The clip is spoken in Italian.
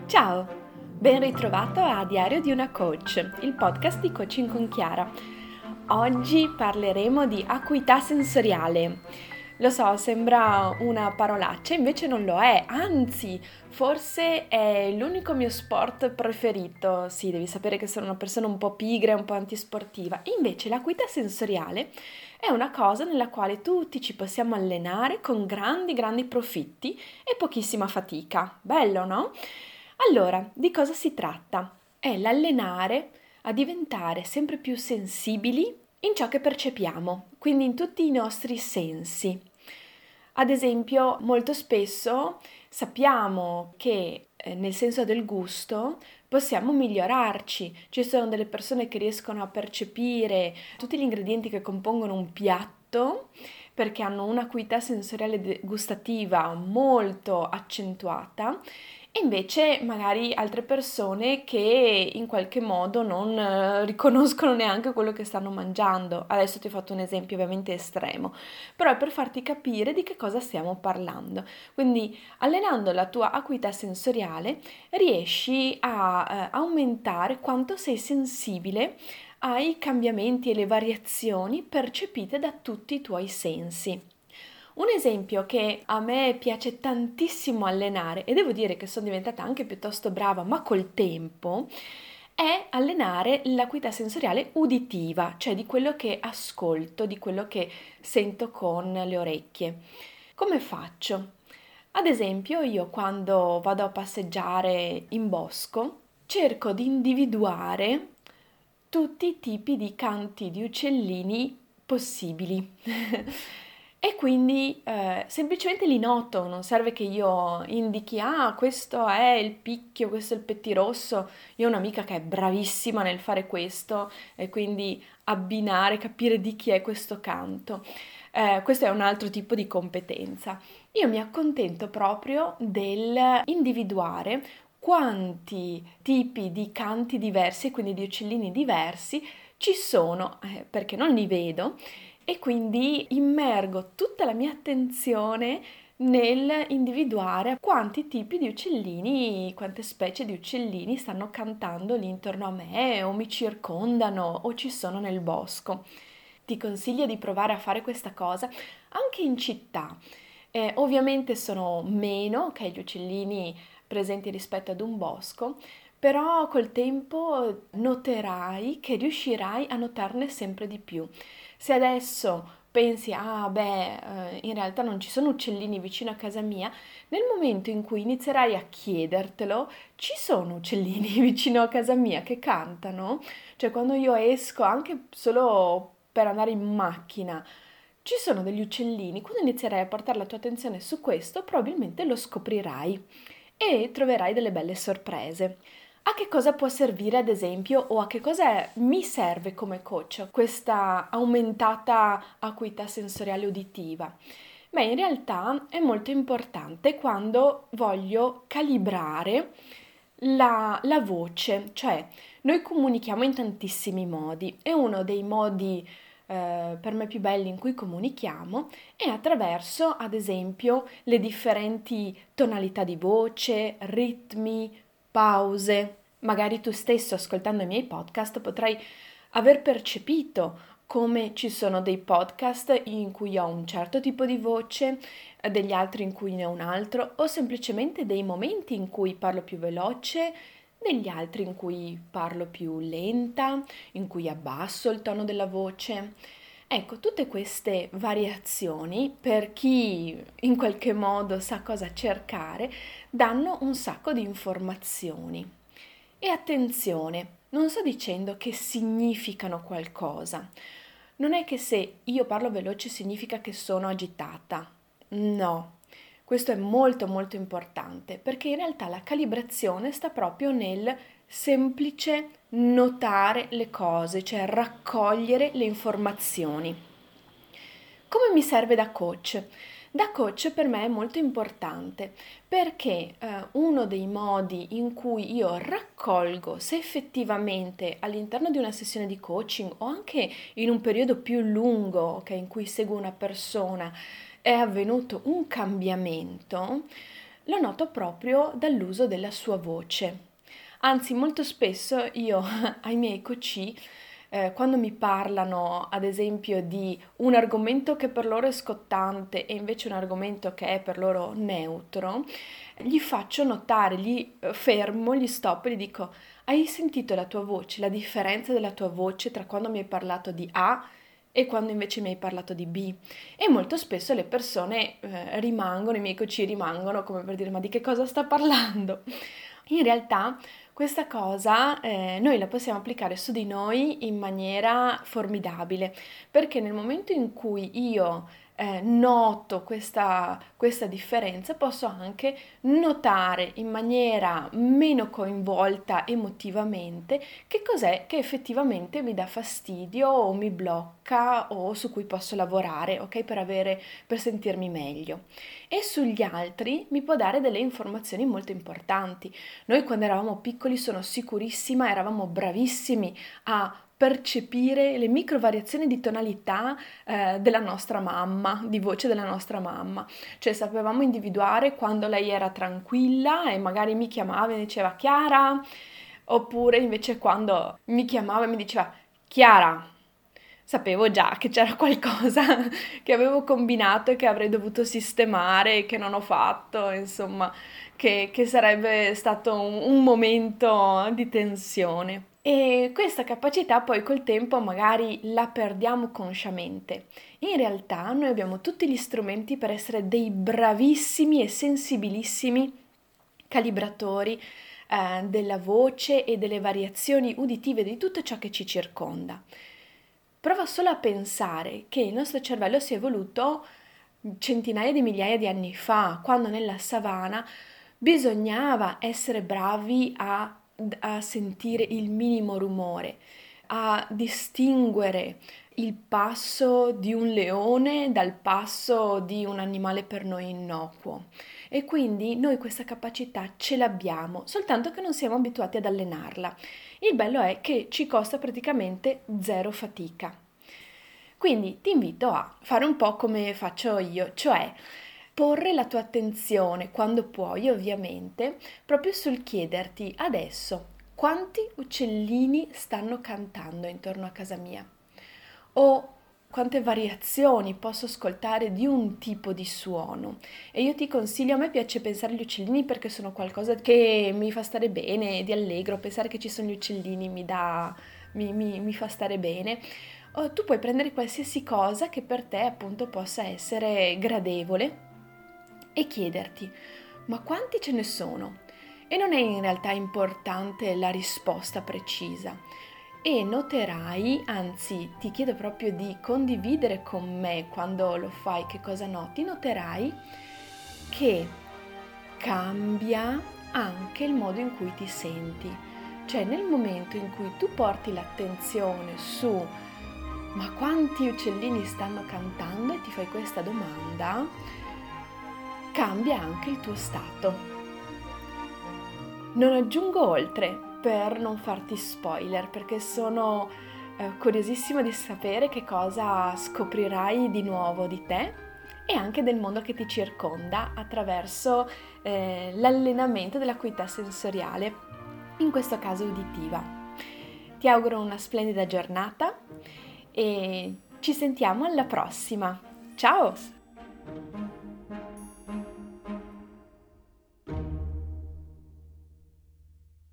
Ciao, ben ritrovato a Diario di una Coach, il podcast di Coaching con Chiara. Oggi parleremo di acuità sensoriale. Lo so, sembra una parolaccia, invece non lo è, anzi, forse è l'unico mio sport preferito. Sì, devi sapere che sono una persona un po' pigra, un po' antisportiva. Invece l'acuità sensoriale è una cosa nella quale tutti ci possiamo allenare con grandi profitti e pochissima fatica. Bello, no? Allora, di cosa si tratta? È l'allenare a diventare sempre più sensibili in ciò che percepiamo, quindi in tutti i nostri sensi. Ad esempio, molto spesso sappiamo che nel senso del gusto possiamo migliorarci. Ci sono delle persone che riescono a percepire tutti gli ingredienti che compongono un piatto perché hanno un'acuità sensoriale gustativa molto accentuata e invece magari altre persone che in qualche modo non riconoscono neanche quello che stanno mangiando. Adesso ti ho fatto un esempio ovviamente estremo, però è per farti capire di che cosa stiamo parlando. Quindi allenando la tua acuità sensoriale riesci a aumentare quanto sei sensibile ai cambiamenti e le variazioni percepite da tutti i tuoi sensi. Un esempio che a me piace tantissimo allenare, e devo dire che sono diventata anche piuttosto brava, ma col tempo, è allenare l'acuità sensoriale uditiva, cioè di quello che ascolto, di quello che sento con le orecchie. Come faccio? Ad esempio, io quando vado a passeggiare in bosco, cerco di individuare tutti i tipi di canti di uccellini possibili. E quindi semplicemente li noto, non serve che io indichi, questo è il picchio, questo è il pettirosso. Io ho un'amica che è bravissima nel fare questo e quindi abbinare, capire di chi è questo canto. Questo è un altro tipo di competenza. Io mi accontento proprio del individuare quanti tipi di canti diversi, quindi di uccellini diversi, ci sono, perché non li vedo, e quindi immergo tutta la mia attenzione nel individuare quanti tipi di uccellini, quante specie di uccellini stanno cantando lì intorno a me o mi circondano o ci sono nel bosco. Ti consiglio di provare a fare questa cosa anche in città. Ovviamente sono meno che gli uccellini presenti rispetto ad un bosco, però col tempo noterai che riuscirai a notarne sempre di più. Se adesso pensi, in realtà non ci sono uccellini vicino a casa mia, nel momento in cui inizierai a chiedertelo, ci sono uccellini vicino a casa mia che cantano? Cioè quando io esco anche solo per andare in macchina, ci sono degli uccellini, quando inizierai a portare la tua attenzione su questo, probabilmente lo scoprirai e troverai delle belle sorprese. A che cosa può servire, ad esempio, o a che cosa mi serve come coach questa aumentata acuità sensoriale uditiva? Beh, in realtà è molto importante quando voglio calibrare la voce, cioè noi comunichiamo in tantissimi modi e uno dei modi per me più belli in cui comunichiamo è attraverso, ad esempio, le differenti tonalità di voce, ritmi, pause. Magari tu stesso, ascoltando i miei podcast, potrai aver percepito come ci sono dei podcast in cui ho un certo tipo di voce, degli altri in cui ne ho un altro, o semplicemente dei momenti in cui parlo più veloce, degli altri in cui parlo più lenta, in cui abbasso il tono della voce. Ecco, tutte queste variazioni, per chi in qualche modo sa cosa cercare, danno un sacco di informazioni. E attenzione, non sto dicendo che significano qualcosa. Non è che se io parlo veloce significa che sono agitata. No, questo è molto importante perché in realtà la calibrazione sta proprio nel semplice notare le cose, cioè raccogliere le informazioni. Come mi serve da coach? Da coach per me è molto importante perché uno dei modi in cui io raccolgo se effettivamente all'interno di una sessione di coaching o anche in un periodo più lungo in cui seguo una persona è avvenuto un cambiamento, lo noto proprio dall'uso della sua voce. Anzi, molto spesso io ai miei coach, quando mi parlano, ad esempio, di un argomento che per loro è scottante e invece un argomento che è per loro neutro, gli faccio notare, gli fermo, gli stop e gli dico: hai sentito la tua voce, la differenza della tua voce tra quando mi hai parlato di A e quando invece mi hai parlato di B? E molto spesso le persone rimangono, i miei coach rimangono come per dire: ma di che cosa sta parlando? In realtà questa cosa noi la possiamo applicare su di noi in maniera formidabile, perché nel momento in cui io noto questa differenza, posso anche notare in maniera meno coinvolta emotivamente che cos'è che effettivamente mi dà fastidio o mi blocca o su cui posso lavorare, ok? Per sentirmi meglio. E sugli altri mi può dare delle informazioni molto importanti. Noi quando eravamo piccoli, sono sicurissima, eravamo bravissimi a percepire le micro variazioni di tonalità della nostra mamma, di voce della nostra mamma. Cioè sapevamo individuare quando lei era tranquilla e magari mi chiamava e mi diceva Chiara, oppure invece quando mi chiamava e mi diceva Chiara. Sapevo già che c'era qualcosa che avevo combinato e che avrei dovuto sistemare e che non ho fatto, insomma, che sarebbe stato un momento di tensione. E questa capacità poi col tempo magari la perdiamo consciamente. In realtà noi abbiamo tutti gli strumenti per essere dei bravissimi e sensibilissimi calibratori della voce e delle variazioni uditive di tutto ciò che ci circonda. Prova solo a pensare che il nostro cervello si è evoluto centinaia di migliaia di anni fa, quando nella savana bisognava essere bravi a sentire il minimo rumore, a distinguere il passo di un leone dal passo di un animale per noi innocuo. E quindi noi questa capacità ce l'abbiamo, soltanto che non siamo abituati ad allenarla. Il bello è che ci costa praticamente zero fatica. Quindi ti invito a fare un po' come faccio io, cioè porre la tua attenzione, quando puoi ovviamente, proprio sul chiederti adesso quanti uccellini stanno cantando intorno a casa mia o quante variazioni posso ascoltare di un tipo di suono. E io ti consiglio, a me piace pensare agli uccellini perché sono qualcosa che mi fa stare bene, di allegro, pensare che ci sono gli uccellini mi fa stare bene. O tu puoi prendere qualsiasi cosa che per te appunto possa essere gradevole e chiederti, ma quanti ce ne sono? E non è in realtà importante la risposta precisa. E noterai, anzi ti chiedo proprio di condividere con me quando lo fai che cosa noti, noterai che cambia anche il modo in cui ti senti. Cioè nel momento in cui tu porti l'attenzione su ma quanti uccellini stanno cantando e ti fai questa domanda, cambia anche il tuo stato. Non aggiungo oltre per non farti spoiler, perché sono curiosissima di sapere che cosa scoprirai di nuovo di te e anche del mondo che ti circonda attraverso l'allenamento dell'acuità sensoriale, in questo caso uditiva. Ti auguro una splendida giornata e ci sentiamo alla prossima. Ciao!